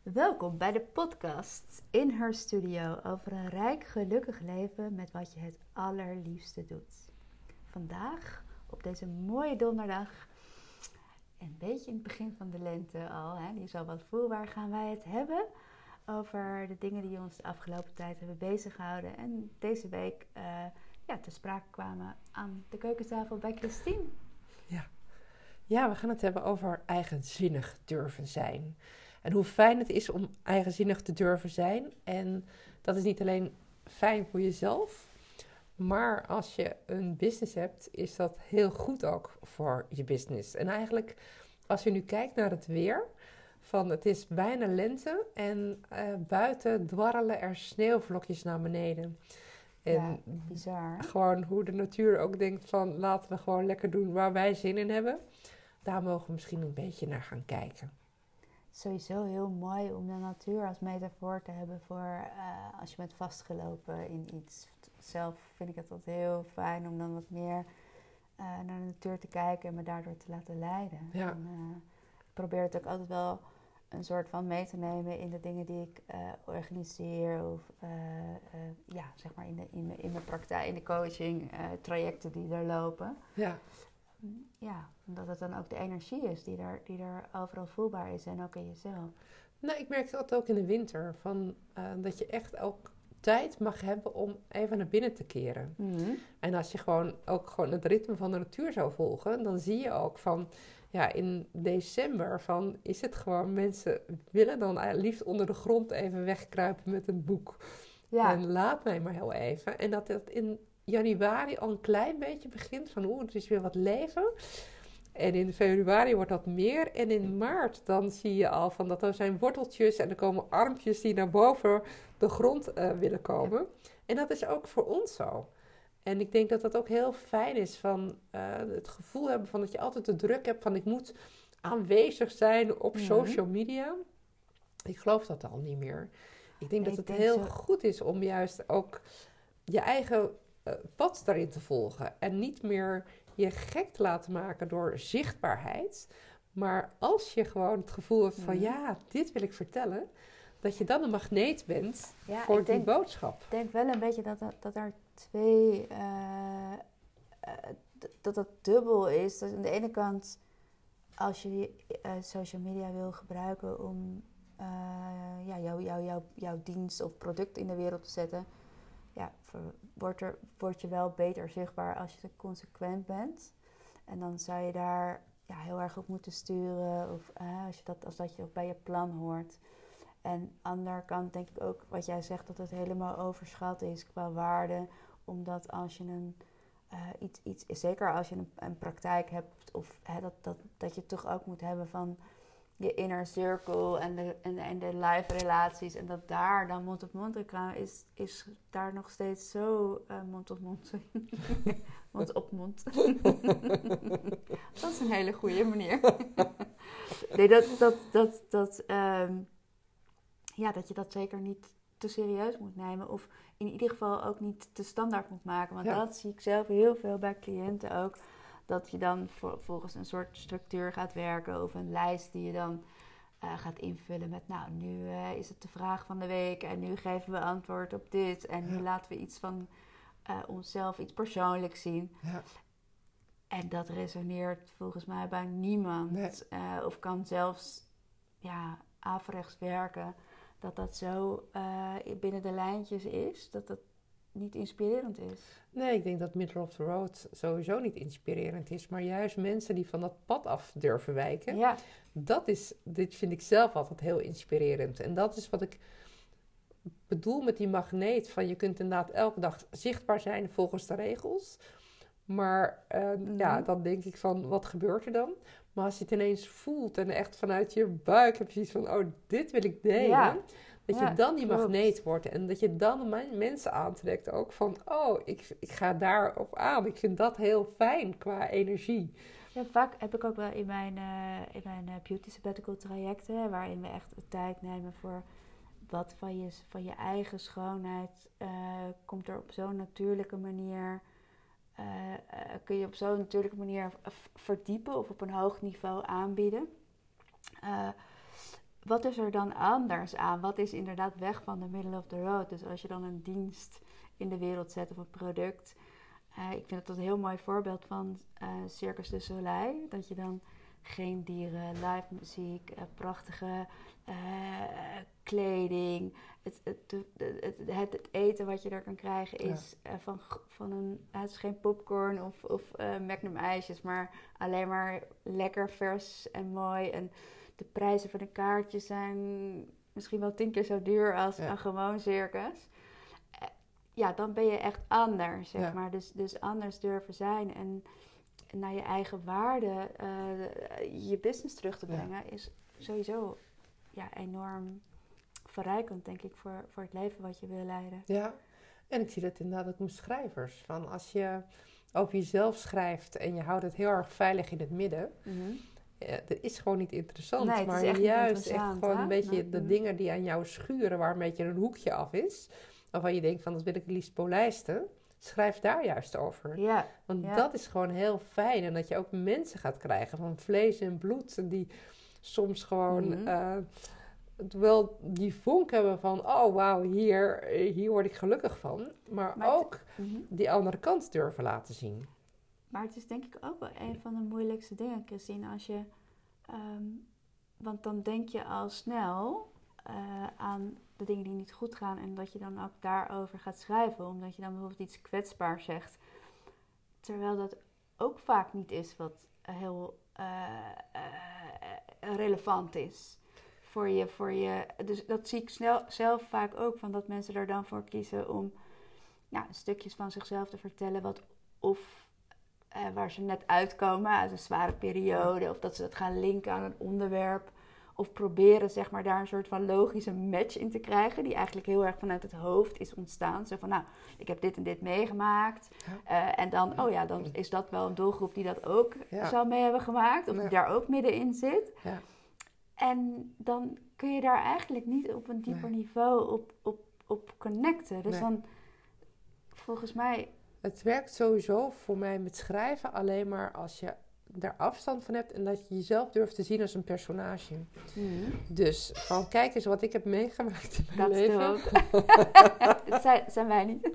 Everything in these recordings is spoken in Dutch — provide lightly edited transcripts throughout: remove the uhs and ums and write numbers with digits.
Welkom bij de podcast In Her Studio over een rijk, gelukkig leven met wat je het allerliefste doet. Vandaag, op deze mooie donderdag, een beetje in het begin van de lente al, die is al wat voelbaar, gaan wij het hebben over de dingen die ons de afgelopen tijd hebben bezighouden. En deze week te sprake kwamen aan de keukentafel bij Christine. Ja, we gaan het hebben over eigenzinnig durven zijn. En hoe fijn het is om eigenzinnig te durven zijn. En dat is niet alleen fijn voor jezelf, maar als je een business hebt, is dat heel goed ook voor je business. En eigenlijk, als je nu kijkt naar het weer, van het is bijna lente en buiten dwarrelen er sneeuwvlokjes naar beneden. En Ja, bizar. gewoon hoe de natuur ook denkt van laten we gewoon lekker doen waar wij zin in hebben. Daar mogen we misschien een beetje naar gaan kijken. Sowieso heel mooi om de natuur als metafoor te hebben voor als je bent vastgelopen in iets. Zelf vind ik het altijd heel fijn om dan wat meer naar de natuur te kijken en me daardoor te laten leiden. Ja. En, ik probeer het ook altijd wel een soort van mee te nemen in de dingen die ik organiseer of zeg maar in mijn praktijk, in de coaching, trajecten die er lopen. Ja. Ja, omdat het dan ook de energie is die er overal voelbaar is en ook in jezelf. Nou, ik merk dat ook in de winter. Dat je echt ook tijd mag hebben om even naar binnen te keren. Mm-hmm. En als je gewoon het ritme van de natuur zou volgen, dan zie je ook van, ja, in december is het gewoon, mensen willen dan liefst onder de grond even wegkruipen met een boek. Ja. En laat mij maar heel even. En dat het in januari al een klein beetje begint van er is weer wat leven. En in februari wordt dat meer. En in maart dan zie je al van dat er zijn worteltjes en er komen armpjes die naar boven de grond willen komen. Ja. En dat is ook voor ons zo. En ik denk dat dat ook heel fijn is van het gevoel hebben van dat je altijd de druk hebt van ik moet aanwezig zijn op social media. Ik geloof dat al niet meer. Ik denk dat het heel goed is om juist ook je eigen pad daarin te volgen. En niet meer je gek te laten maken door zichtbaarheid. Maar als je gewoon het gevoel hebt van dit wil ik vertellen. Dat je dan een magneet bent voor die boodschap. Ik denk wel een beetje dat er twee... dat dubbel is. Dat aan de ene kant, als je social media wil gebruiken om jouw dienst of product in de wereld te zetten, word je wel beter zichtbaar als je consequent bent. En dan zou je daar heel erg op moeten sturen. Of als dat je ook bij je plan hoort. En aan de andere kant denk ik ook wat jij zegt, dat het helemaal overschat is qua waarde. Omdat als je zeker als je een praktijk hebt, of dat je toch ook moet hebben van je inner circle en de live relaties. En dat daar dan mond-op-mond reclame is daar nog steeds zo mond-op-mond. Mond-op-mond. Dat is een hele goede manier. Nee, dat je dat zeker niet te serieus moet nemen. Of in ieder geval ook niet te standaard moet maken. Want dat zie ik zelf heel veel bij cliënten ook. Dat je dan volgens een soort structuur gaat werken. Of een lijst die je dan gaat invullen met... Nou, nu is het de vraag van de week. En nu geven we antwoord op dit. En nu laten we iets van onszelf, iets persoonlijks zien. Ja. En dat resoneert volgens mij bij niemand. Nee. Of kan zelfs averechts werken. Dat zo binnen de lijntjes is. Dat niet inspirerend is. Nee, ik denk dat middle of the road sowieso niet inspirerend is. Maar juist mensen die van dat pad af durven wijken. Ja. Dit vind ik zelf altijd heel inspirerend. En dat is wat ik bedoel met die magneet. Van je kunt inderdaad elke dag zichtbaar zijn volgens de regels. Maar dan denk ik van, wat gebeurt er dan? Maar als je het ineens voelt en echt vanuit je buik heb je zoiets van, dit wil ik delen. Ja. Dat je dan die magneet wordt. En dat je dan mensen aantrekt ook van, ik ga daarop aan. Ik vind dat heel fijn qua energie. Ja, vaak heb ik ook wel in mijn beauty sabbatical trajecten, waarin we echt de tijd nemen voor wat van je eigen schoonheid komt er op zo'n natuurlijke manier. Kun je op zo'n natuurlijke manier verdiepen of op een hoog niveau aanbieden. wat is er dan anders aan? Wat is inderdaad weg van de middle of the road? Dus als je dan een dienst in de wereld zet of een product. Ik vind het een heel mooi voorbeeld van Circus du Soleil. Dat je dan geen dieren, live muziek, prachtige kleding. Het eten wat je er kan krijgen is van een... het is geen popcorn of Magnum ijsjes, maar alleen maar lekker vers en mooi. En de prijzen van de kaartjes zijn misschien wel 10 keer zo duur als een gewoon circus. Ja, dan ben je echt anders, zeg maar. Dus anders durven zijn en naar je eigen waarde je business terug te brengen is sowieso enorm verrijkend, denk ik, voor het leven wat je wil leiden. Ja, en ik zie dat inderdaad ook met schrijvers. Van als je over jezelf schrijft en je houdt het heel erg veilig in het midden, dat is gewoon niet interessant. Nee, maar echt juist echt gewoon een beetje de dingen die aan jou schuren, waar een beetje een hoekje af is, waarvan je denkt van dat wil ik het liefst polijsten. Schrijf daar juist over. Ja, Want dat is gewoon heel fijn. En dat je ook mensen gaat krijgen van vlees en bloed. Die soms gewoon wel die vonk hebben van... oh, wauw, hier word ik gelukkig van. Maar ook die andere kant durven laten zien. Maar het is denk ik ook wel een van de moeilijkste dingen, Christine. Als je, want dan denk je al snel aan de dingen die niet goed gaan... en dat je dan ook daarover gaat schrijven. Omdat je dan bijvoorbeeld iets kwetsbaars zegt. Terwijl dat ook vaak niet is wat heel relevant is voor je. Dus dat zie ik zelf vaak ook, van dat mensen er dan voor kiezen om stukjes van zichzelf te vertellen waar ze net uitkomen uit een zware periode, of dat ze dat gaan linken aan een onderwerp, of proberen zeg maar daar een soort van logische match in te krijgen, die eigenlijk heel erg vanuit het hoofd is ontstaan. Zo van, ik heb dit en dit meegemaakt. En dan, dan is dat wel een doelgroep die dat ook zou mee hebben gemaakt, of die daar ook middenin zit. Ja. En dan kun je daar eigenlijk niet op een dieper niveau op connecten. Dus dan, volgens mij... Het werkt sowieso voor mij met schrijven alleen maar als je daar afstand van hebt en dat je jezelf durft te zien als een personage. Dus van kijk eens wat ik heb meegemaakt in mijn leven. Dat zijn wij niet.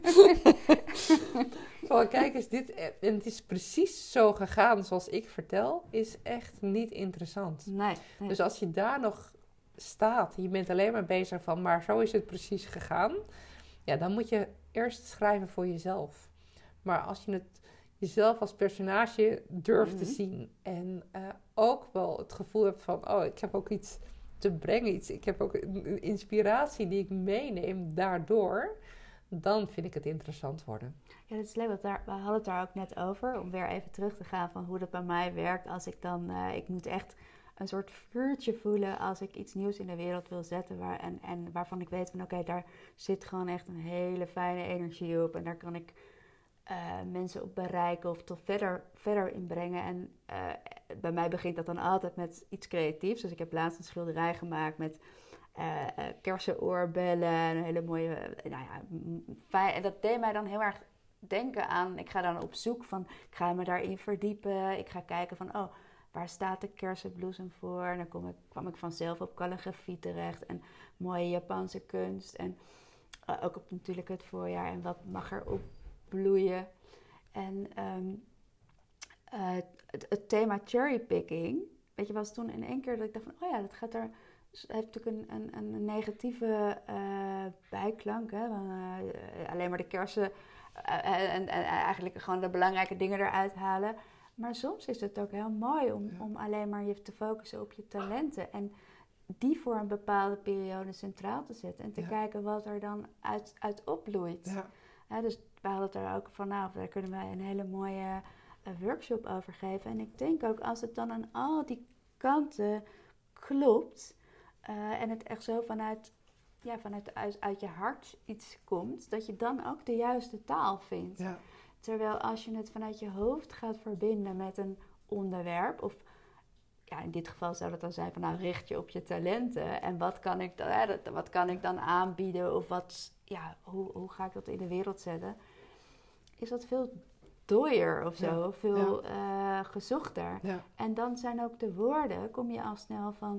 Van kijk eens dit, en het is precies zo gegaan zoals ik vertel, is echt niet interessant. Nee. Dus als je daar nog staat, je bent alleen maar bezig van, maar zo is het precies gegaan. Ja, dan moet je eerst schrijven voor jezelf. Maar als je het jezelf als personage durft te zien en ook wel het gevoel hebt van, ik heb ook iets te brengen, ik heb ook een inspiratie die ik meeneem daardoor, dan vind ik het interessant worden. Ja, dat is leuk, want we hadden het daar ook net over, om weer even terug te gaan van hoe dat bij mij werkt. Als ik dan, ik moet echt een soort vuurtje voelen als ik iets nieuws in de wereld wil zetten. En waarvan ik weet van oké, daar zit gewoon echt een hele fijne energie op. En daar kan ik mensen op bereiken of tot verder inbrengen. En bij mij begint dat dan altijd met iets creatiefs. Dus ik heb laatst een schilderij gemaakt met kersenoorbellen. Een hele mooie, fijn. En dat deed mij dan heel erg denken aan, ik ga dan op zoek van, ik ga me daarin verdiepen. Ik ga kijken van, waar staat de kersenbloesem voor? En dan kwam ik vanzelf op kalligrafie terecht en mooie Japanse kunst. En ook op natuurlijk het voorjaar en wat mag er opbloeien. En het thema cherrypicking, weet je, was toen in één keer dat ik dacht van, dat gaat er... Het heeft natuurlijk een negatieve bijklank. Hè? Alleen maar de kersen en eigenlijk gewoon de belangrijke dingen eruit halen. Maar soms is het ook heel mooi om alleen maar je te focussen op je talenten. En die voor een bepaalde periode centraal te zetten. En te kijken wat er dan uit opbloeit. Ja. Dus we hadden het er ook vanavond. Daar kunnen wij een hele mooie workshop over geven. En ik denk ook als het dan aan al die kanten klopt... en het echt zo vanuit je hart iets komt, dat je dan ook de juiste taal vindt. Ja. Terwijl als je het vanuit je hoofd gaat verbinden met een onderwerp, of in dit geval zou dat dan zijn van richt je op je talenten en wat kan ik dan aanbieden of hoe ga ik dat in de wereld zetten, is dat veel dooier of zo, veel gezochter. Ja. En dan zijn ook de woorden, kom je al snel van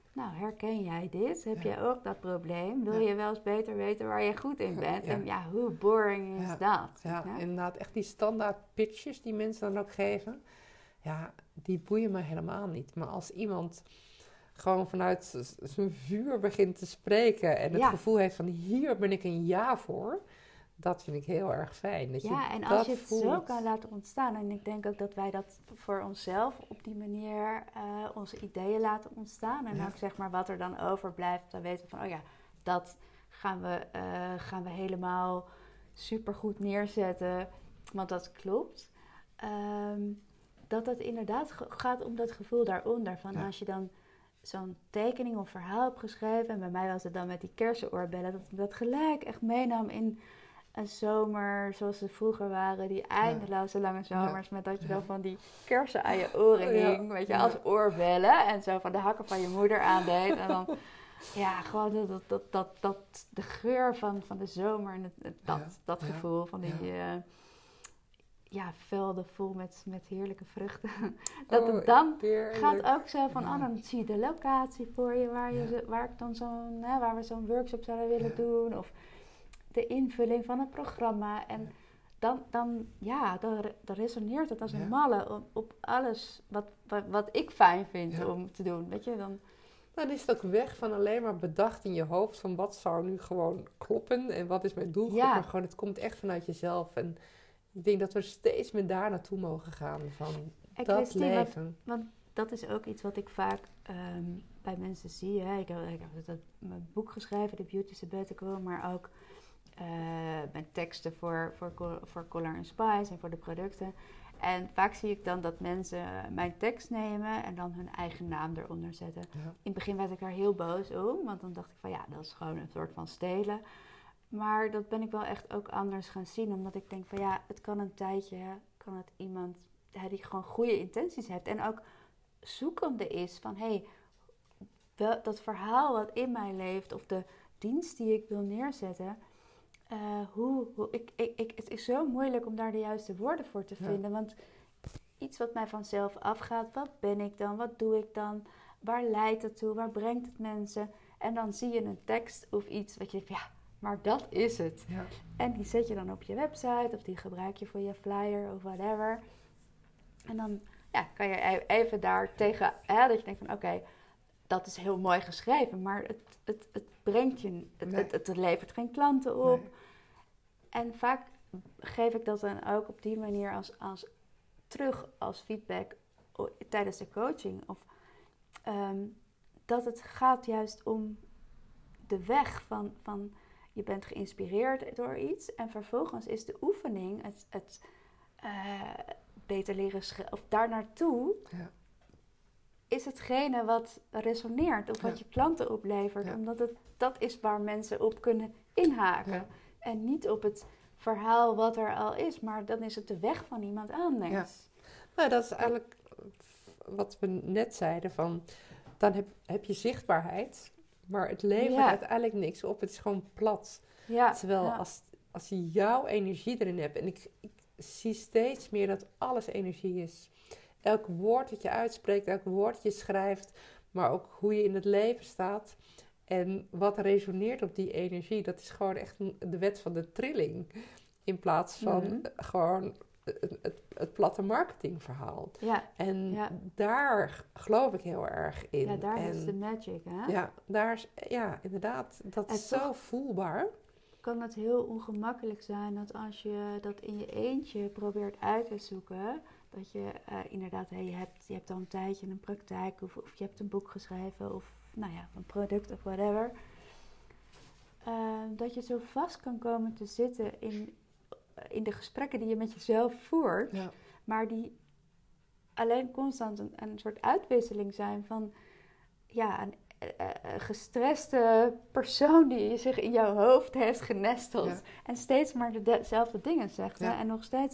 nou, herken jij dit? Heb Ja. jij ook dat probleem? Wil Ja. je wel eens beter weten waar je goed in bent? Ja. En ja, hoe boring is Ja. dat? Ja, Ja? inderdaad. Echt die standaard pitches die mensen dan ook geven. Ja, die boeien me helemaal niet. Maar als iemand gewoon vanuit zijn vuur begint te spreken en het Ja. gevoel heeft van hier ben ik een ja voor, dat vind ik heel erg fijn. Dat Ja, je en dat als je het voelt. zo kan laten ontstaan, en ik denk ook dat wij dat voor onszelf op die manier onze ideeën laten ontstaan. En Ja. ook zeg maar wat er dan overblijft, dan weten we van, oh ja, dat gaan we helemaal supergoed neerzetten, want dat klopt. Dat het inderdaad gaat om dat gevoel daaronder. Van Ja. als je dan zo'n tekening of verhaal hebt geschreven, en bij mij was het dan met die kersenoorbellen, dat ik dat gelijk echt meenam in een zomer zoals ze vroeger waren, die eindeloze lange zomers, met dat je dan van die kersen aan je oren hing, weet je, als oorbellen, en zo van de hakken van je moeder aandeed. En dan, ja, gewoon de geur van de zomer en dat gevoel van die velden vol met heerlijke vruchten. Dat het dan gaat ook zo van, dan zie je de locatie voor je, waar ik dan waar we zo'n workshop zouden willen doen, of de invulling van het programma. En dan resoneert het als een malle op alles wat ik fijn vind om te doen. Weet je, dan is het ook weg van alleen maar bedacht in je hoofd van wat zou nu gewoon kloppen en wat is mijn doelgroep. Ja. Maar gewoon het komt echt vanuit jezelf. En ik denk dat we steeds meer daar naartoe mogen gaan van dat leven. Want dat is ook iets wat ik vaak bij mensen zie. Hè. Ik heb mijn boek geschreven, The Beauty Sabbatical, maar ook mijn teksten voor Color & Spice en voor de producten. En vaak zie ik dan dat mensen mijn tekst nemen en dan hun eigen naam eronder zetten. Ja. In het begin werd ik daar heel boos om, want dan dacht ik van dat is gewoon een soort van stelen. Maar dat ben ik wel echt ook anders gaan zien, omdat ik denk van het kan een tijdje, kan het iemand die gewoon goede intenties heeft en ook zoekende is van dat verhaal wat in mij leeft of de dienst die ik wil neerzetten. Het is zo moeilijk om daar de juiste woorden voor te vinden. Want iets wat mij vanzelf afgaat, wat ben ik dan? Wat doe ik dan? Waar leidt het toe? Waar brengt het mensen? En dan zie je een tekst of iets wat je denkt, maar dat is het. Ja. En die zet je dan op je website of die gebruik je voor je flyer of whatever. En dan kan je even daar tegen, dat je denkt van oké, dat is heel mooi geschreven, maar het brengt je, het levert geen klanten op. Nee. En vaak geef ik dat dan ook op die manier als terug als feedback tijdens de coaching. Of dat het gaat juist om de weg van je bent geïnspireerd door iets. En vervolgens is de oefening, het beter leren schrijven, of daar naartoe, is hetgene wat resoneert. Of wat je klanten oplevert. Ja. Omdat dat is waar mensen op kunnen inhaken. Ja. En niet op het verhaal wat er al is. Maar dan is het de weg van iemand anders. Ja. Nou, dat is eigenlijk wat we net zeiden. Van, dan heb je zichtbaarheid. Maar het levert uiteindelijk niks op. Het is gewoon plat. Ja. Terwijl als je jouw energie erin hebt. En ik zie steeds meer dat alles energie is. Elk woord dat je uitspreekt, elk woord dat je schrijft. Maar ook hoe je in het leven staat. En wat resoneert op die energie. Dat is gewoon echt de wet van de trilling. In plaats van gewoon het platte marketingverhaal. Ja. En daar geloof ik heel erg in. Ja, daar is de magic, hè? Ja, daar is, inderdaad. Dat is zo voelbaar. Kan het heel ongemakkelijk zijn dat als je dat in je eentje probeert uit te zoeken, dat je inderdaad, je hebt al een tijdje een praktijk of je hebt een boek geschreven of een product of whatever. Dat je zo vast kan komen te zitten in de gesprekken die je met jezelf voert, maar die alleen constant een soort uitwisseling zijn van een gestreste persoon die zich in jouw hoofd heeft genesteld en steeds maar dezelfde dingen zegt. Hè? En nog steeds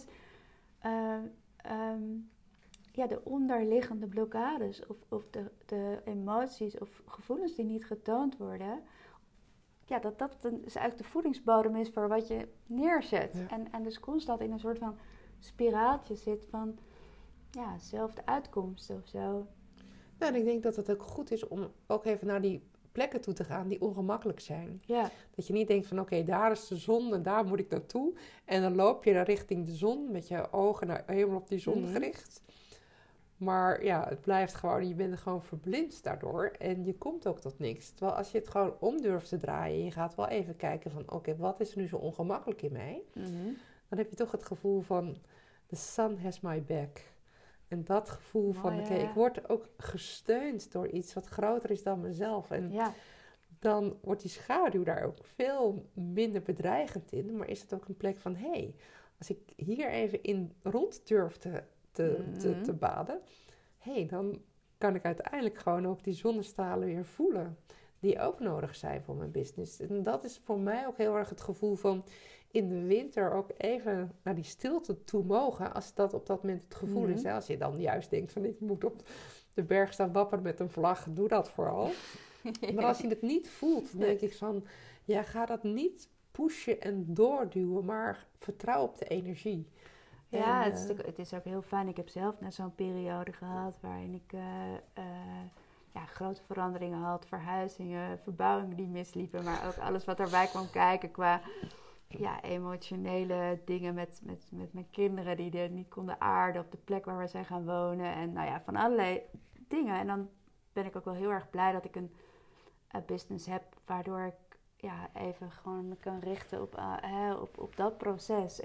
de onderliggende blokkades of de emoties of gevoelens die niet getoond worden, dat dus eigenlijk de voedingsbodem is voor wat je neerzet. Ja. En dus constant in een soort van spiraaltje zit van zelfde uitkomsten of zo. Nou, en ik denk dat het ook goed is om ook even naar die plekken toe te gaan die ongemakkelijk zijn. Ja. Dat je niet denkt van oké, daar is de zon en daar moet ik naartoe. En dan loop je naar richting de zon met je ogen helemaal op die zon gericht. Maar ja, het blijft gewoon, je bent gewoon verblind daardoor en je komt ook tot niks. Terwijl als je het gewoon om durft te draaien, je gaat wel even kijken van oké, wat is er nu zo ongemakkelijk in mij? Dan heb je toch het gevoel van, the sun has my back. En dat gevoel van, oké, ik word ook gesteund door iets wat groter is dan mezelf. En dan wordt die schaduw daar ook veel minder bedreigend in. Maar is het ook een plek van, hé, als ik hier even in rond durf te baden, dan kan ik uiteindelijk gewoon ook die zonnestralen weer voelen. Die ook nodig zijn voor mijn business. En dat is voor mij ook heel erg het gevoel van in de winter ook even naar die stilte toe mogen. Als dat op dat moment het gevoel is. Hè? Als je dan juist denkt van ik moet op de berg staan wapperen met een vlag. Doe dat vooral. Maar als je het niet voelt, dan denk ik van ja, ga dat niet pushen en doorduwen. Maar vertrouw op de energie. Ja, het is ook heel fijn. Ik heb zelf net zo'n periode gehad waarin ik grote veranderingen had. Verhuizingen, verbouwingen die misliepen. Maar ook alles wat erbij kwam kijken qua emotionele dingen met mijn kinderen die er niet konden aarden op de plek waar we zijn gaan wonen. En van allerlei dingen. En dan ben ik ook wel heel erg blij dat ik een business heb waardoor ik even gewoon me kan richten op dat proces.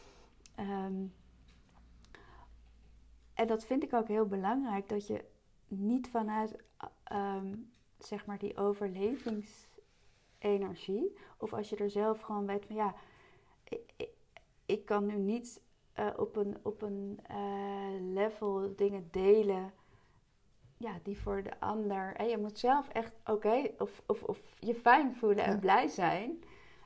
En dat vind ik ook heel belangrijk, dat je niet vanuit zeg maar die overlevingsenergie, of als je er zelf gewoon weet van ik kan nu niet op een level dingen delen die voor de ander. En je moet zelf echt of je fijn voelen en blij zijn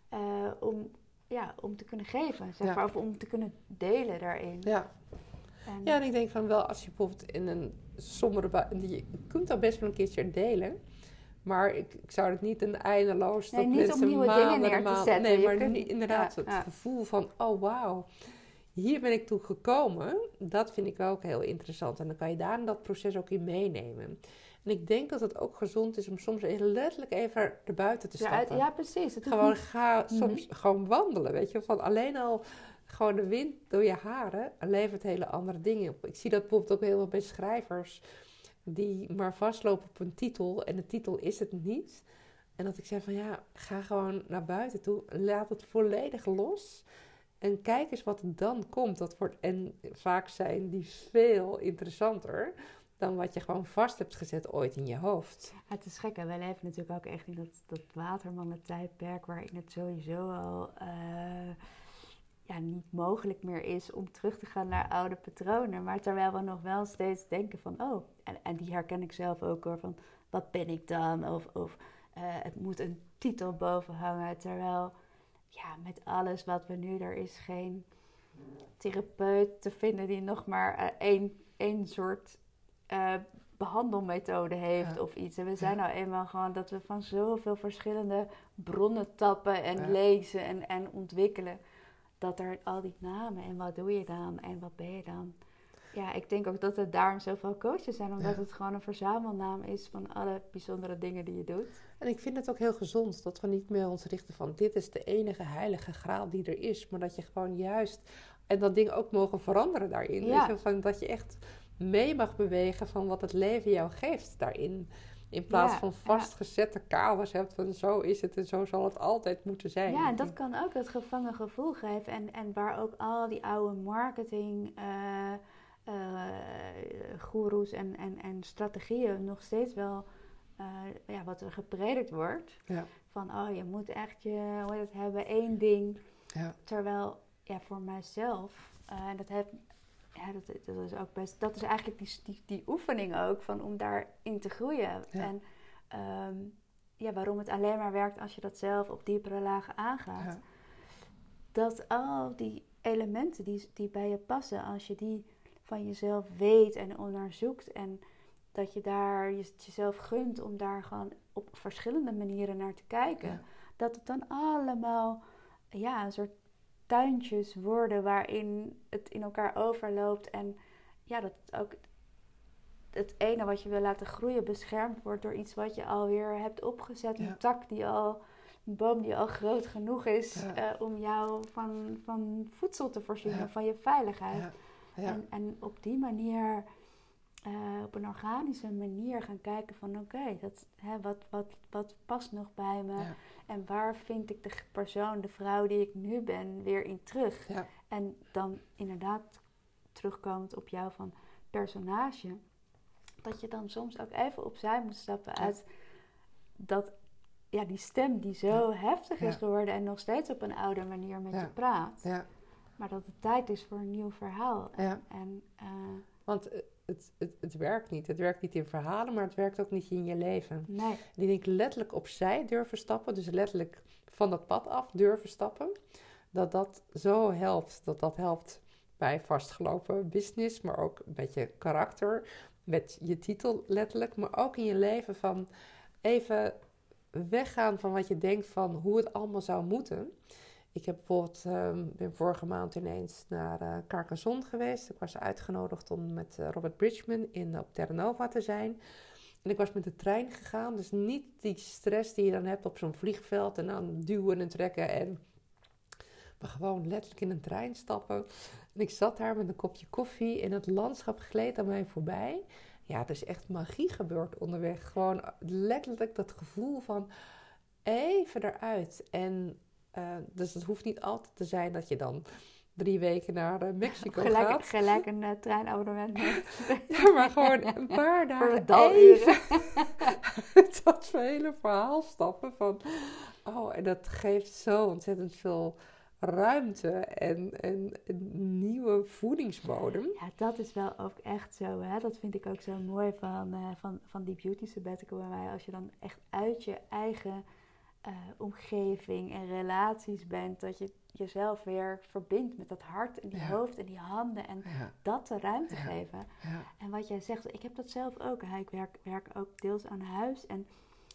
om te kunnen geven, zeg maar, of om te kunnen delen daarin. Ja. En ik denk van wel, als je bijvoorbeeld in een sombere je kunt dat best wel een keertje delen. Maar ik zou het niet een eindeloos... Nee, niet om nieuwe dingen neer te zetten. Nee, maar inderdaad het gevoel van, oh wauw, hier ben ik toe gekomen. Dat vind ik ook heel interessant. En dan kan je daar dat proces ook in meenemen. En ik denk dat het ook gezond is om soms letterlijk even erbuiten te stappen. Ja, precies. Gewoon soms gewoon wandelen, weet je. Van alleen al gewoon de wind door je haren levert hele andere dingen op. Ik zie dat bijvoorbeeld ook heel veel bij schrijvers die maar vastlopen op een titel en de titel is het niet. En dat ik zeg van ga gewoon naar buiten toe, laat het volledig los en kijk eens wat er dan komt. En vaak zijn die veel interessanter dan wat je gewoon vast hebt gezet ooit in je hoofd. Ja, het is gek, hè? Wij leven natuurlijk ook echt in dat watermannen-tijdperk waarin het sowieso al niet mogelijk meer is om terug te gaan naar oude patronen. Maar terwijl we nog wel steeds denken van, en die herken ik zelf ook hoor, van wat ben ik dan? Of het moet een titel boven hangen. Terwijl, met alles wat we nu, er is geen therapeut te vinden die nog maar één soort behandelmethode heeft of iets. En we zijn nou eenmaal gewoon dat we van zoveel verschillende bronnen tappen en lezen en ontwikkelen. Dat er al die namen en wat doe je dan en wat ben je dan. Ja, ik denk ook dat er daarom zoveel coaches zijn. Omdat het gewoon een verzamelnaam is van alle bijzondere dingen die je doet. En ik vind het ook heel gezond dat we niet meer ons richten van dit is de enige heilige graal die er is. Maar dat je gewoon juist, en dat dingen ook mogen veranderen daarin. Ja. Weet je, van dat je echt mee mag bewegen van wat het leven jou geeft daarin. In plaats van vastgezette kaders hebt van zo is het en zo zal het altijd moeten zijn. Ja, en dat kan ook dat gevangen gevoel geven. En waar ook al die oude marketing goeroes en strategieën nog steeds wel wat er gepredikt wordt. Ja. Van je moet echt hebben één ding. Ja. Terwijl voor mijzelf, dat is ook best. Dat is eigenlijk die oefening ook om daarin te groeien. Ja. En waarom het alleen maar werkt als je dat zelf op diepere lagen aangaat. Ja. Dat al die elementen die bij je passen, als je die van jezelf weet en onderzoekt en dat je daar jezelf gunt om daar gewoon op verschillende manieren naar te kijken. Ja. Dat het dan allemaal een soort tuintjes worden waarin het in elkaar overloopt en dat het ook het ene wat je wil laten groeien beschermd wordt door iets wat je alweer hebt opgezet. Ja. Een boom die al groot genoeg is Ja. om jou van voedsel te voorzien, van je veiligheid. Ja. En op die manier, op een organische manier gaan kijken van oké, wat past nog bij me? Ja. En waar vind ik de persoon, de vrouw die ik nu ben, weer in terug? Ja. En dan inderdaad terugkomend op jou van personage, dat je dan soms ook even opzij moet stappen uit dat, die stem die zo heftig is geworden en nog steeds op een oude manier met je praat. Ja. Maar dat het tijd is voor een nieuw verhaal. Want het werkt niet. Het werkt niet in verhalen, maar het werkt ook niet in je leven. Nee. En ik denk letterlijk opzij durven stappen, dus letterlijk van dat pad af durven stappen, dat zo helpt. Dat helpt bij vastgelopen business, maar ook met je karakter, met je titel letterlijk, maar ook in je leven van even weggaan van wat je denkt van hoe het allemaal zou moeten. Ik heb bijvoorbeeld, ben vorige maand ineens naar Carcassonne geweest. Ik was uitgenodigd om met Robert Bridgman op Terra Nova te zijn. En ik was met de trein gegaan, dus niet die stress die je dan hebt op zo'n vliegveld en dan duwen en trekken maar gewoon letterlijk in een trein stappen. En ik zat daar met een kopje koffie en het landschap gleed aan mij voorbij. Ja, er is echt magie gebeurd onderweg. Gewoon letterlijk dat gevoel van even eruit. En dus het hoeft niet altijd te zijn dat je dan 3 weken naar Mexico gaat. Gelijk een treinabonnement met. Ja, maar gewoon een paar dagen voor het daluren. Dat hele verhaal stappen van en dat geeft zo ontzettend veel ruimte en een nieuwe voedingsbodem. Ja, dat is wel ook echt zo. Hè? Dat vind ik ook zo mooi van die beauty sabbatical bij mij. Als je dan echt uit je eigen omgeving en relaties bent, dat je jezelf weer verbindt met dat hart en die hoofd en die handen en dat de ruimte geven. Ja. En wat jij zegt, ik heb dat zelf ook. Hè? Ik werk ook deels aan huis en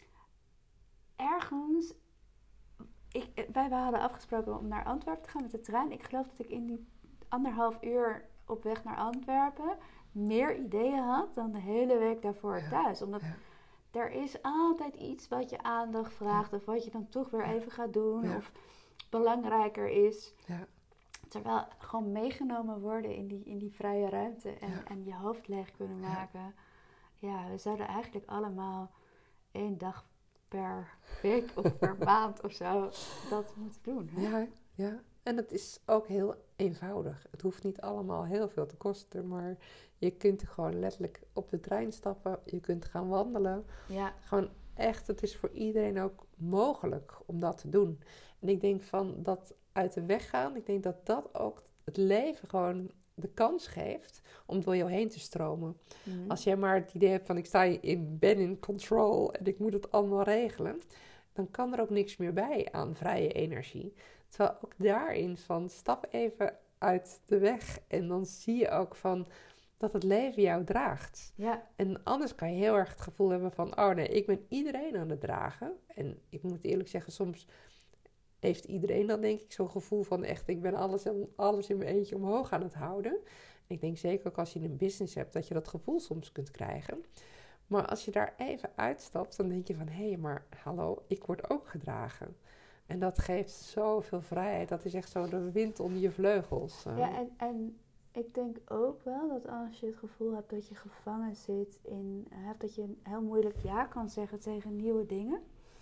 ergens, wij hadden afgesproken om naar Antwerpen te gaan met de trein. Ik geloof dat ik in die 1,5 uur op weg naar Antwerpen meer ideeën had dan de hele week daarvoor thuis. Omdat er is altijd iets wat je aandacht vraagt of wat je dan toch weer even gaat doen of belangrijker is. Ja. Terwijl gewoon meegenomen worden in die vrije ruimte en je hoofd leeg kunnen maken. Ja, we zouden eigenlijk allemaal 1 dag per week of per maand of zo dat moeten doen. Hè? Ja. En het is ook heel eenvoudig. Het hoeft niet allemaal heel veel te kosten, maar je kunt gewoon letterlijk op de trein stappen. Je kunt gaan wandelen. Ja. Gewoon echt, het is voor iedereen ook mogelijk om dat te doen. En ik denk van dat uit de weg gaan, ik denk dat dat ook het leven gewoon de kans geeft om door jou heen te stromen. Mm-hmm. Als jij maar het idee hebt van ben in control en ik moet het allemaal regelen, dan kan er ook niks meer bij aan vrije energie. Terwijl ook daarin van stap even uit de weg en dan zie je ook van dat het leven jou draagt. Ja. En anders kan je heel erg het gevoel hebben van nee, ik ben iedereen aan het dragen. En ik moet eerlijk zeggen, soms heeft iedereen dan denk ik zo'n gevoel van echt, ik ben alles in mijn eentje omhoog aan het houden. En ik denk zeker ook als je een business hebt, dat je dat gevoel soms kunt krijgen. Maar als je daar even uitstapt, dan denk je van, hé, maar hallo, ik word ook gedragen. En dat geeft zoveel vrijheid. Dat is echt zo de wind onder je vleugels. Ja, en ik denk ook wel dat als je het gevoel hebt dat je gevangen zit dat je heel moeilijk ja kan zeggen tegen nieuwe dingen.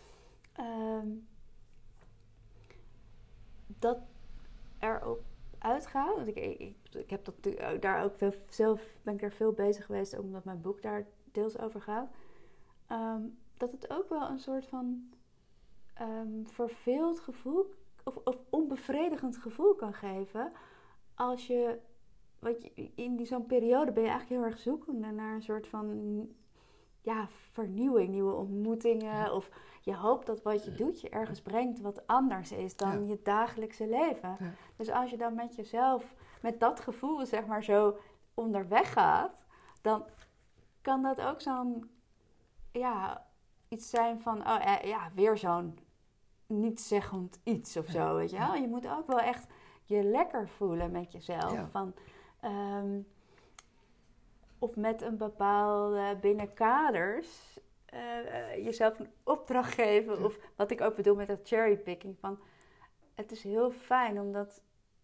Dat erop uitgaat. Want ik heb dat daar ook zelf ben ik er veel bezig geweest, ook omdat mijn boek daar deels over gaat. Dat het ook wel een soort van verveeld gevoel of onbevredigend gevoel kan geven als je, in zo'n periode ben je eigenlijk heel erg zoekende naar een soort van vernieuwing, nieuwe ontmoetingen of je hoopt dat wat je doet je ergens brengt wat anders is dan je dagelijkse leven. Ja. Dus als je dan met jezelf, met dat gevoel zeg maar zo onderweg gaat, dan kan dat ook zo'n iets zijn van weer zo'n niet-zeggend iets of zo, weet je wel. Je moet ook wel echt je lekker voelen met jezelf. Ja. Van, of met een bepaalde binnen kaders jezelf een opdracht geven. Of wat ik ook bedoel met dat cherrypicking. Van, het is heel fijn omdat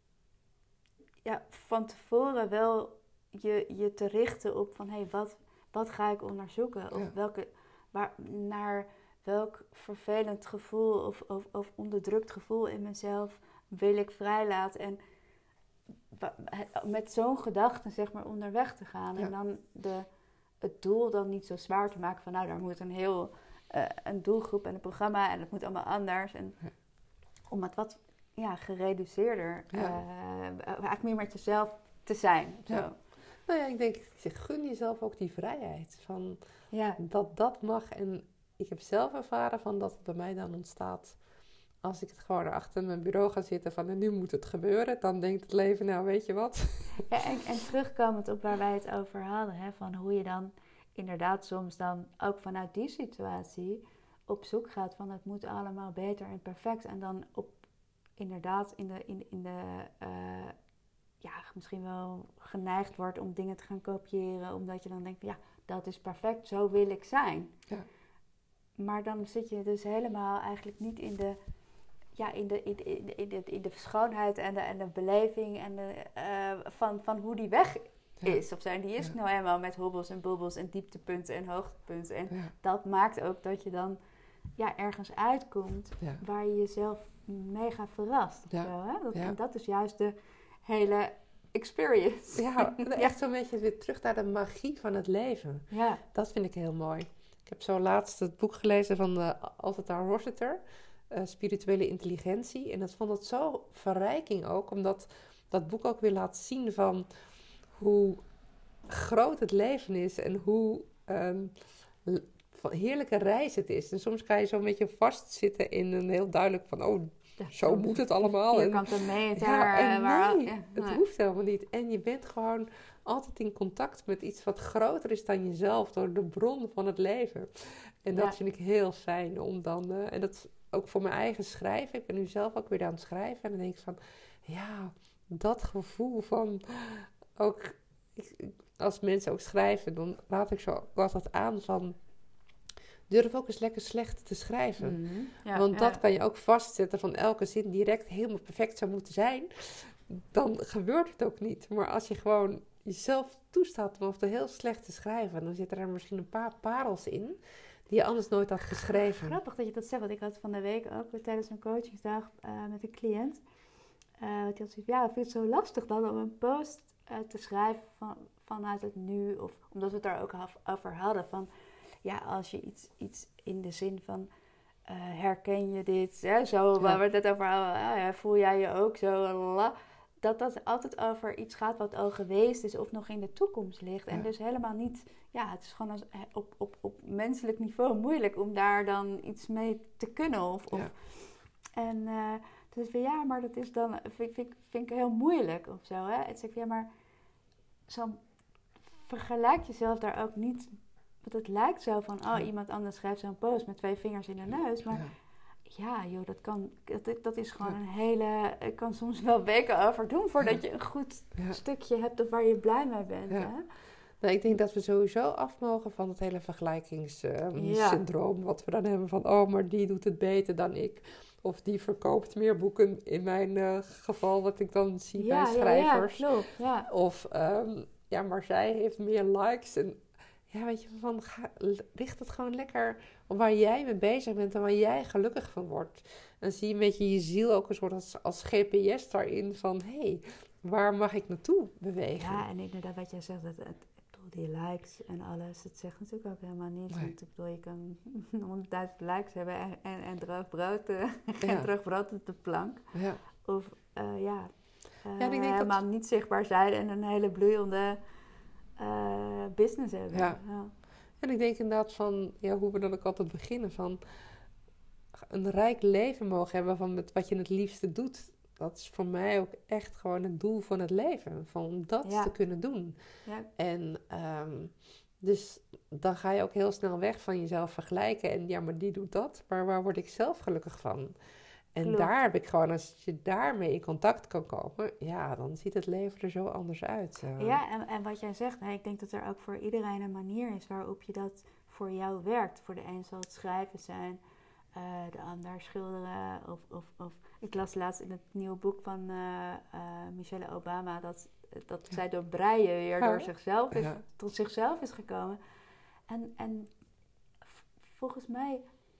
van tevoren wel je te richten op van wat ga ik onderzoeken? Of naar welk vervelend gevoel of onderdrukt gevoel in mezelf wil ik vrijlaten. En met zo'n gedachte zeg maar onderweg te gaan. Ja. En dan het doel dan niet zo zwaar te maken van daar moet een doelgroep en een programma en het moet allemaal anders. En om het wat gereduceerder eigenlijk meer met jezelf te zijn. Zo. Ja. Nou ja, ik denk, gun jezelf ook die vrijheid. Van dat mag. En ik heb zelf ervaren van dat het bij mij dan ontstaat. Als ik het gewoon achter mijn bureau ga zitten van en nu moet het gebeuren. Dan denkt het leven, nou weet je wat. Ja, en terugkomend op waar wij het over hadden. Hè, van hoe je dan inderdaad soms dan ook vanuit die situatie op zoek gaat van het moet allemaal beter en perfect. En dan inderdaad in de misschien wel geneigd wordt om dingen te gaan kopiëren. Omdat je dan denkt van dat is perfect, zo wil ik zijn. Ja. Maar dan zit je dus helemaal eigenlijk niet in de schoonheid en de beleving en van hoe die weg is. Of zo. En die is nou helemaal met hobbels en bubbels en dieptepunten en hoogtepunten. En dat maakt ook dat je dan ergens uitkomt waar je jezelf mega verrast. Ja. Zo, hè? En dat is juist de hele experience. Ja, echt zo'n beetje weer terug naar de magie van het leven. Ja. Dat vind ik heel mooi. Ik heb zo laatst het boek gelezen van Alta Rossiter, Spirituele Intelligentie. En dat vond het zo verrijking ook, omdat dat boek ook weer laat zien van hoe groot het leven is en hoe heerlijke reis het is. En soms kan je zo'n beetje vastzitten in een heel duidelijk van zo moet het allemaal. Vierkante meter. Het hoeft helemaal niet. En je bent gewoon altijd in contact met iets wat groter is dan jezelf, door de bron van het leven. En dat vind ik heel fijn om dan, en dat is ook voor mijn eigen schrijven. Ik ben nu zelf ook weer aan het schrijven. En dan denk ik van, dat gevoel van ook, als mensen ook schrijven, dan raad ik zo altijd aan van, durf ook eens lekker slecht te schrijven. Mm-hmm. Want dat kan je ook vastzetten van elke zin direct helemaal perfect zou moeten zijn. Dan gebeurt het ook niet. Maar als je gewoon jezelf toestaat om heel slecht te schrijven, dan zitten er misschien een paar parels in die je anders nooit had geschreven. Grappig dat je dat zegt, want ik had van de week ook weer tijdens een coachingsdag met een cliënt. Die had zoiets ik vind het zo lastig dan om een post te schrijven vanuit het nu. Of omdat we het daar ook over hadden van, als je iets in de zin van herken je dit, zo waar we het over hadden, voel jij je ook zo, dat altijd over iets gaat wat al geweest is of nog in de toekomst ligt. En dus helemaal niet, het is gewoon op menselijk niveau moeilijk om daar dan iets mee te kunnen. En dus maar dat is dan, vind ik heel moeilijk of zo. Hè? Het zegt maar vergelijk jezelf daar ook niet. Want het lijkt zo van, iemand anders schrijft zo'n post met 2 vingers in de neus. Maar dat is gewoon een hele, ik kan soms wel weken over doen voordat je een goed stukje hebt of waar je blij mee bent. Ja. Hè? Nou, ik denk dat we sowieso af mogen van het hele vergelijkingssyndroom. Wat we dan hebben van, maar die doet het beter dan ik. Of die verkoopt meer boeken in mijn geval, wat ik dan zie bij schrijvers. Ja, klopt. Ja. Of, maar zij heeft meer likes. En weet je, richt het gewoon lekker op waar jij mee bezig bent en waar jij gelukkig van wordt. En zie je een beetje je ziel ook een soort als GPS daarin van, waar mag ik naartoe bewegen? Ja, en inderdaad wat jij zegt, die likes en alles, het zegt natuurlijk ook helemaal niets. Nee. Want ik bedoel, je kan 100.000 likes hebben en droog brood, geen droog brood op de plank. Ja. Of ik denk helemaal niet zichtbaar zijn en een hele bloeiende business hebben. Ja. En ik denk inderdaad van, hoe we dan ook altijd beginnen van een rijk leven mogen hebben van met wat je het liefste doet. Dat is voor mij ook echt gewoon het doel van het leven. Van om dat te kunnen doen. Ja. En dus dan ga je ook heel snel weg van jezelf vergelijken. En maar die doet dat. Maar waar word ik zelf gelukkig van? En Klopt. daar heb ik gewoon, als je daarmee in contact kan komen, ja, dan ziet het leven er zo anders uit. Ja, en wat jij zegt, ik denk dat er ook voor iedereen een manier is waarop je dat voor jou werkt. Voor de een zal het schrijven zijn, de ander schilderen. Of ik las laatst in het nieuwe boek van Michelle Obama dat zij door breien weer tot zichzelf is gekomen. En volgens mij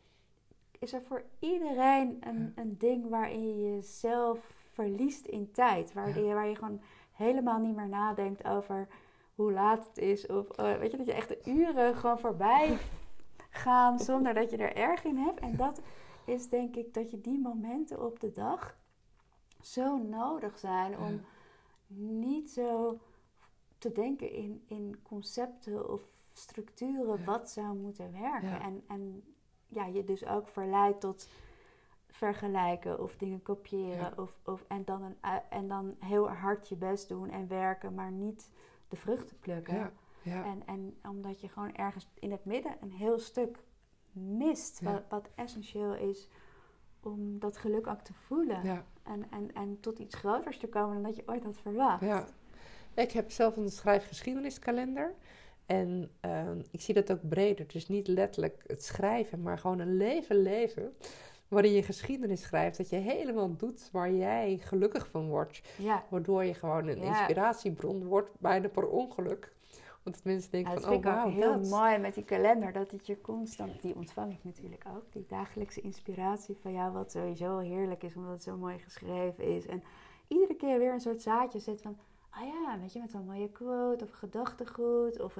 is er voor iedereen een ding waarin je jezelf verliest in tijd. Waar je gewoon helemaal niet meer nadenkt over hoe laat het is. Of weet je, dat je echt de uren gewoon voorbij gaan zonder dat je er erg in hebt. En dat is denk ik dat je die momenten op de dag zo nodig zijn om niet zo te denken in concepten of structuren wat zou moeten werken. Ja. En je dus ook verleidt tot vergelijken of dingen kopiëren. Ja. En dan heel hard je best doen en werken, maar niet de vruchten plukken. Ja. Ja. En omdat je gewoon ergens in het midden een heel stuk mist. Wat essentieel is om dat geluk ook te voelen. Ja. En tot iets groters te komen dan dat je ooit had verwacht. Ja. Ik heb zelf een schrijfgeschiedeniskalender. En ik zie dat ook breder. Dus niet letterlijk het schrijven, maar gewoon een leven waarin je geschiedenis schrijft. Dat je helemaal doet waar jij gelukkig van wordt. Ja. Waardoor je gewoon een inspiratiebron wordt, bijna per ongeluk. Want mensen denken dat van, vind ik ook heel dat mooi met die kalender. Dat het je constant, die ontvang ik natuurlijk ook. Die dagelijkse inspiratie van jou, wat sowieso heerlijk is, omdat het zo mooi geschreven is. En iedere keer weer een soort zaadje zet van, weet je, met een mooie quote of gedachtegoed. Of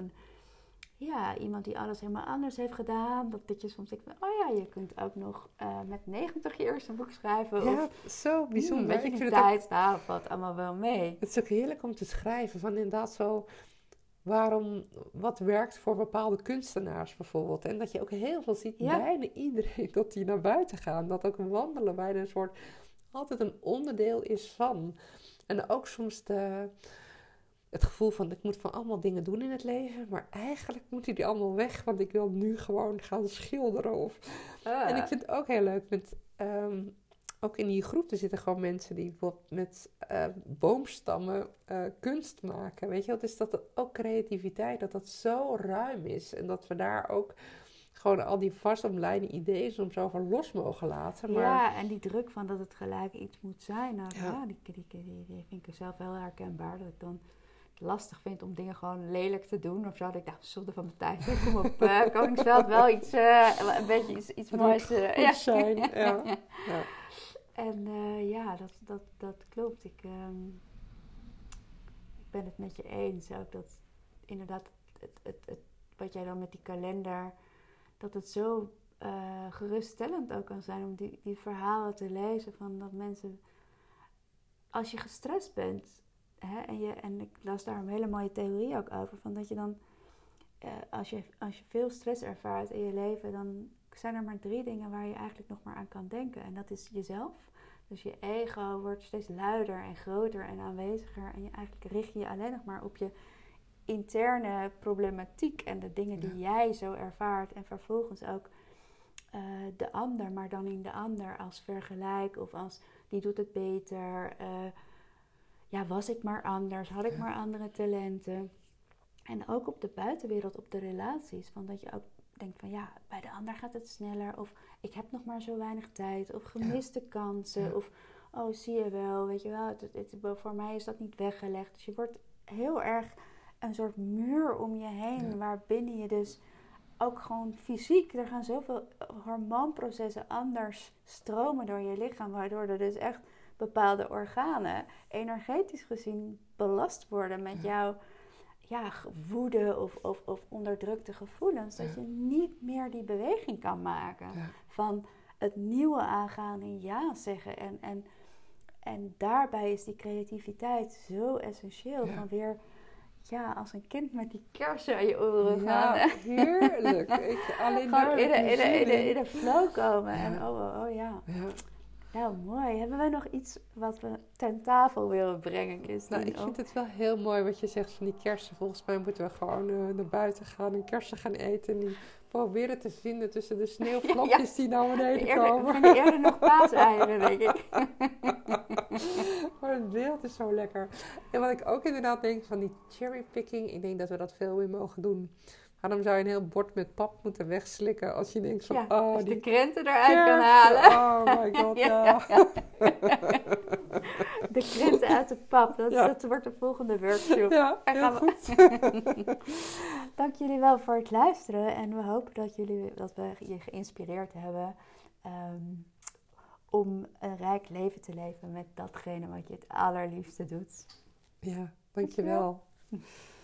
iemand die alles helemaal anders heeft gedaan. Dat je soms denkt van, je kunt ook nog met 90 je eerste boek schrijven. Ja, of, zo bijzonder. Weet je, ik die vind tijd, valt allemaal wel mee. Het is ook heerlijk om te schrijven. Van inderdaad zo, wat werkt voor bepaalde kunstenaars bijvoorbeeld. En dat je ook heel veel ziet, bijna iedereen, dat die naar buiten gaan. Dat ook wandelen bijna een soort, altijd een onderdeel is van. En ook soms het gevoel van, ik moet van allemaal dingen doen in het leven. Maar eigenlijk moeten die allemaal weg, want ik wil nu gewoon gaan schilderen. En ik vind het ook heel leuk met, ook in die groep, er zitten gewoon mensen die bijvoorbeeld met boomstammen kunst maken. Weet je wel, dus dat ook creativiteit, dat zo ruim is. En dat we daar ook gewoon al die vastomlijnde ideeën soms over los mogen laten. Maar... Ja, en die druk van dat het gelijk iets moet zijn. Die vind ik zelf wel herkenbaar. Dat ik dan lastig vind om dingen gewoon lelijk te doen. Of zo. Dat ik zonde van mijn tijd. Kom op, Koningsveld wel iets, een beetje iets moois. Zijn. Ja. En dat klopt. Ik ben het met je eens ook. Dat inderdaad, het, wat jij dan met die kalender, dat het zo geruststellend ook kan zijn om die verhalen te lezen. Van dat mensen, als je gestrest bent, en ik las daar een hele mooie theorie ook over, van dat je dan, als je veel stress ervaart in je leven, dan zijn er maar 3 dingen waar je eigenlijk nog maar aan kan denken. En dat is jezelf. Dus je ego wordt steeds luider en groter en aanweziger. En eigenlijk richt je alleen nog maar op je interne problematiek en de dingen die jij zo ervaart. En vervolgens ook de ander, maar dan in de ander als vergelijk of als die doet het beter. Was ik maar anders, had ik maar andere talenten. En ook op de buitenwereld, op de relaties. Van dat je ook denkt van bij de ander gaat het sneller. Of ik heb nog maar zo weinig tijd. Of gemiste kansen. Ja. Of zie je wel, weet je wel. Voor mij is dat niet weggelegd. Dus je wordt heel erg een soort muur om je heen. Ja. Waarbinnen je dus ook gewoon fysiek. Er gaan zoveel hormoonprocessen anders stromen door je lichaam. Waardoor er dus echt bepaalde organen energetisch gezien belast worden met jouw woede of onderdrukte gevoelens. Dat je niet meer die beweging kan maken van het nieuwe aangaan en ja zeggen. En daarbij is die creativiteit zo essentieel. Van weer als een kind met die kersen aan je oren gaan. Ja, heerlijk. Alleen gewoon in de flow komen. En ja. Nou, mooi. Hebben wij nog iets wat we ten tafel willen brengen, Kirstien? Nou, ik vind het wel heel mooi wat je zegt van die kersen. Volgens mij moeten we gewoon naar buiten gaan en kersen gaan eten. En die proberen te vinden tussen de sneeuwvlokjes die naar beneden komen. Ik vind eerder nog paaseieren, denk ik. Maar het beeld is zo lekker. En wat ik ook inderdaad denk van die cherrypicking, ik denk dat we dat veel meer mogen doen. Waarom zou je een heel bord met pap moeten wegslikken als je denkt van, als je die de krenten eruit kan halen. Oh my god, ja. De krenten uit de pap, dat wordt de volgende workshop. Ja, heel goed. Dank jullie wel voor het luisteren en we hopen dat we je geïnspireerd hebben om een rijk leven te leven met datgene wat je het allerliefste doet. Ja, dankjewel.